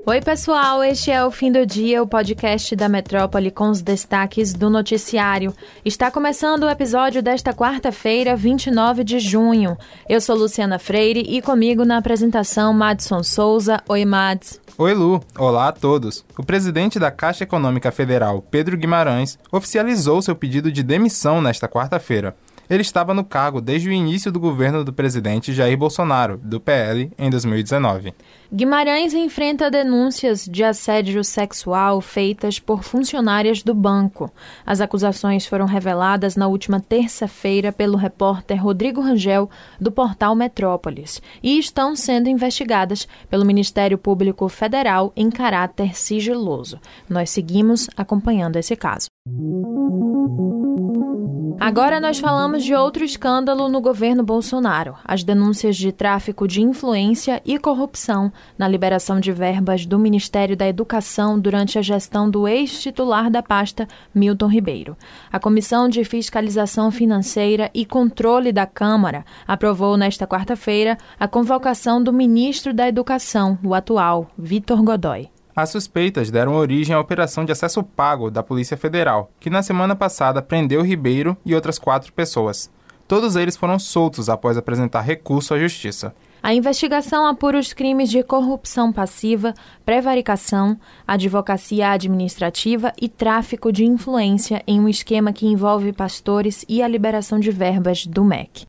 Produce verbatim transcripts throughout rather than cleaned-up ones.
Oi pessoal, este é o Fim do Dia, o podcast da Metrópole com os destaques do noticiário. Está começando o episódio desta quarta-feira, vinte e nove de junho. Eu sou Luciana Freire e comigo na apresentação Madson Souza. Oi Mads. Oi Lu, olá a todos. O presidente da Caixa Econômica Federal, Pedro Guimarães, oficializou seu pedido de demissão nesta quarta-feira. Ele estava no cargo desde o início do governo do presidente Jair Bolsonaro, do P L, em dois mil e dezenove. Guimarães enfrenta denúncias de assédio sexual feitas por funcionárias do banco. As acusações foram reveladas na última terça-feira pelo repórter Rodrigo Rangel, do portal Metrópolis, e estão sendo investigadas pelo Ministério Público Federal em caráter sigiloso. Nós seguimos acompanhando esse caso. Agora nós falamos de outro escândalo no governo Bolsonaro, as denúncias de tráfico de influência e corrupção na liberação de verbas do Ministério da Educação durante a gestão do ex-titular da pasta, Milton Ribeiro. A Comissão de Fiscalização Financeira e Controle da Câmara aprovou nesta quarta-feira a convocação do ministro da Educação, o atual, Vitor Godoy. As suspeitas deram origem à operação de acesso pago da Polícia Federal, que na semana passada prendeu Ribeiro e outras quatro pessoas. Todos eles foram soltos após apresentar recurso à Justiça. A investigação apura os crimes de corrupção passiva, prevaricação, advocacia administrativa e tráfico de influência em um esquema que envolve pastores e a liberação de verbas do M E C.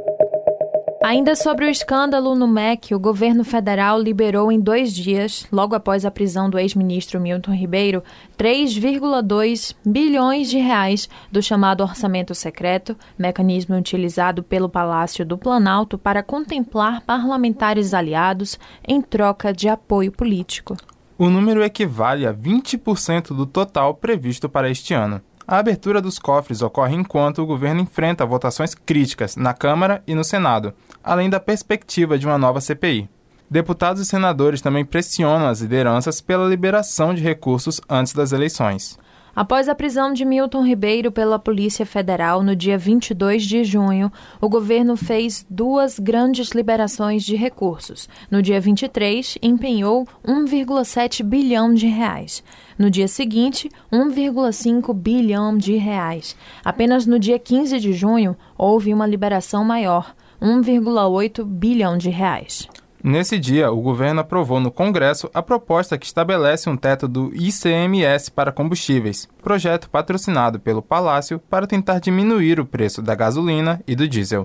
Ainda sobre o escândalo no M E C, o governo federal liberou em dois dias, logo após a prisão do ex-ministro Milton Ribeiro, três vírgula dois bilhões de reais do chamado orçamento secreto, mecanismo utilizado pelo Palácio do Planalto para contemplar parlamentares aliados em troca de apoio político. O número equivale a vinte por cento do total previsto para este ano. A abertura dos cofres ocorre enquanto o governo enfrenta votações críticas na Câmara e no Senado, além da perspectiva de uma nova C P I. Deputados e senadores também pressionam as lideranças pela liberação de recursos antes das eleições. Após a prisão de Milton Ribeiro pela Polícia Federal no dia vinte e dois de junho, o governo fez duas grandes liberações de recursos. No dia vinte e três, empenhou um vírgula sete bilhão de reais. No dia seguinte, um vírgula cinco bilhão de reais. Apenas no dia quinze de junho, houve uma liberação maior, um vírgula oito bilhão de reais. Nesse dia, o governo aprovou no Congresso a proposta que estabelece um teto do I C M S para combustíveis, projeto patrocinado pelo Palácio para tentar diminuir o preço da gasolina e do diesel.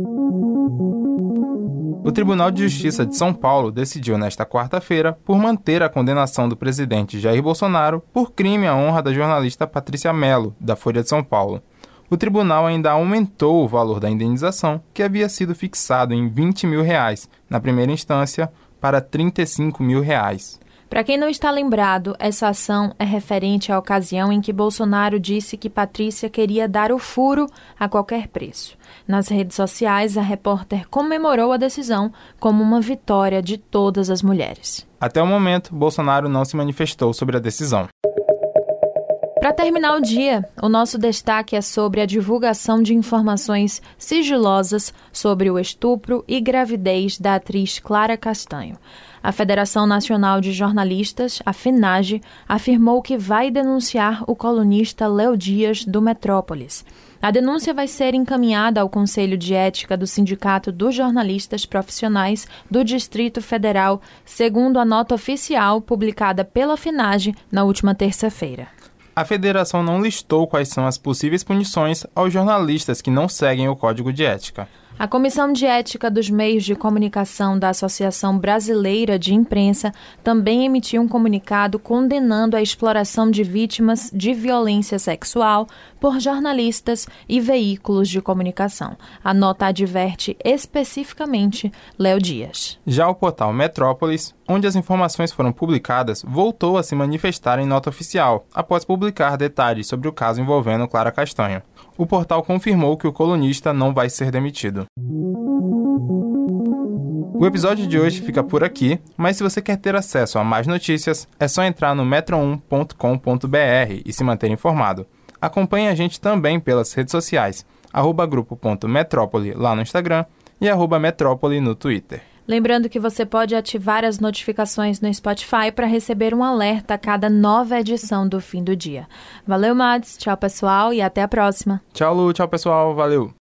O Tribunal de Justiça de São Paulo decidiu nesta quarta-feira por manter a condenação do presidente Jair Bolsonaro por crime à honra da jornalista Patrícia Mello, da Folha de São Paulo. O tribunal ainda aumentou o valor da indenização, que havia sido fixado em vinte mil reais, na primeira instância, para trinta e cinco mil reais. Para quem não está lembrado, essa ação é referente à ocasião em que Bolsonaro disse que Patrícia queria dar o furo a qualquer preço. Nas redes sociais, a repórter comemorou a decisão como uma vitória de todas as mulheres. Até o momento, Bolsonaro não se manifestou sobre a decisão. Para terminar o dia, o nosso destaque é sobre a divulgação de informações sigilosas sobre o estupro e gravidez da atriz Clara Castanho. A Federação Nacional de Jornalistas, a FENAGE, afirmou que vai denunciar o colunista Léo Dias, do Metrópolis. A denúncia vai ser encaminhada ao Conselho de Ética do Sindicato dos Jornalistas Profissionais do Distrito Federal, segundo a nota oficial publicada pela FENAGE na última terça-feira. A federação não listou quais são as possíveis punições aos jornalistas que não seguem o Código de Ética. A Comissão de Ética dos Meios de Comunicação da Associação Brasileira de Imprensa também emitiu um comunicado condenando a exploração de vítimas de violência sexual por jornalistas e veículos de comunicação. A nota adverte especificamente Léo Dias. Já o portal Metrópolis, onde as informações foram publicadas, voltou a se manifestar em nota oficial, após publicar detalhes sobre o caso envolvendo Clara Castanho. O portal confirmou que o colunista não vai ser demitido. O episódio de hoje fica por aqui, mas se você quer ter acesso a mais notícias, é só entrar no metro um ponto com ponto b r e se manter informado. Acompanhe a gente também pelas redes sociais, arroba grupo ponto metrópole lá no Instagram e arroba metrópole no Twitter. Lembrando que você pode ativar as notificações no Spotify para receber um alerta a cada nova edição do Fim do Dia. Valeu, Mads. Tchau, pessoal, e até a próxima. Tchau, Lu. Tchau, pessoal. Valeu.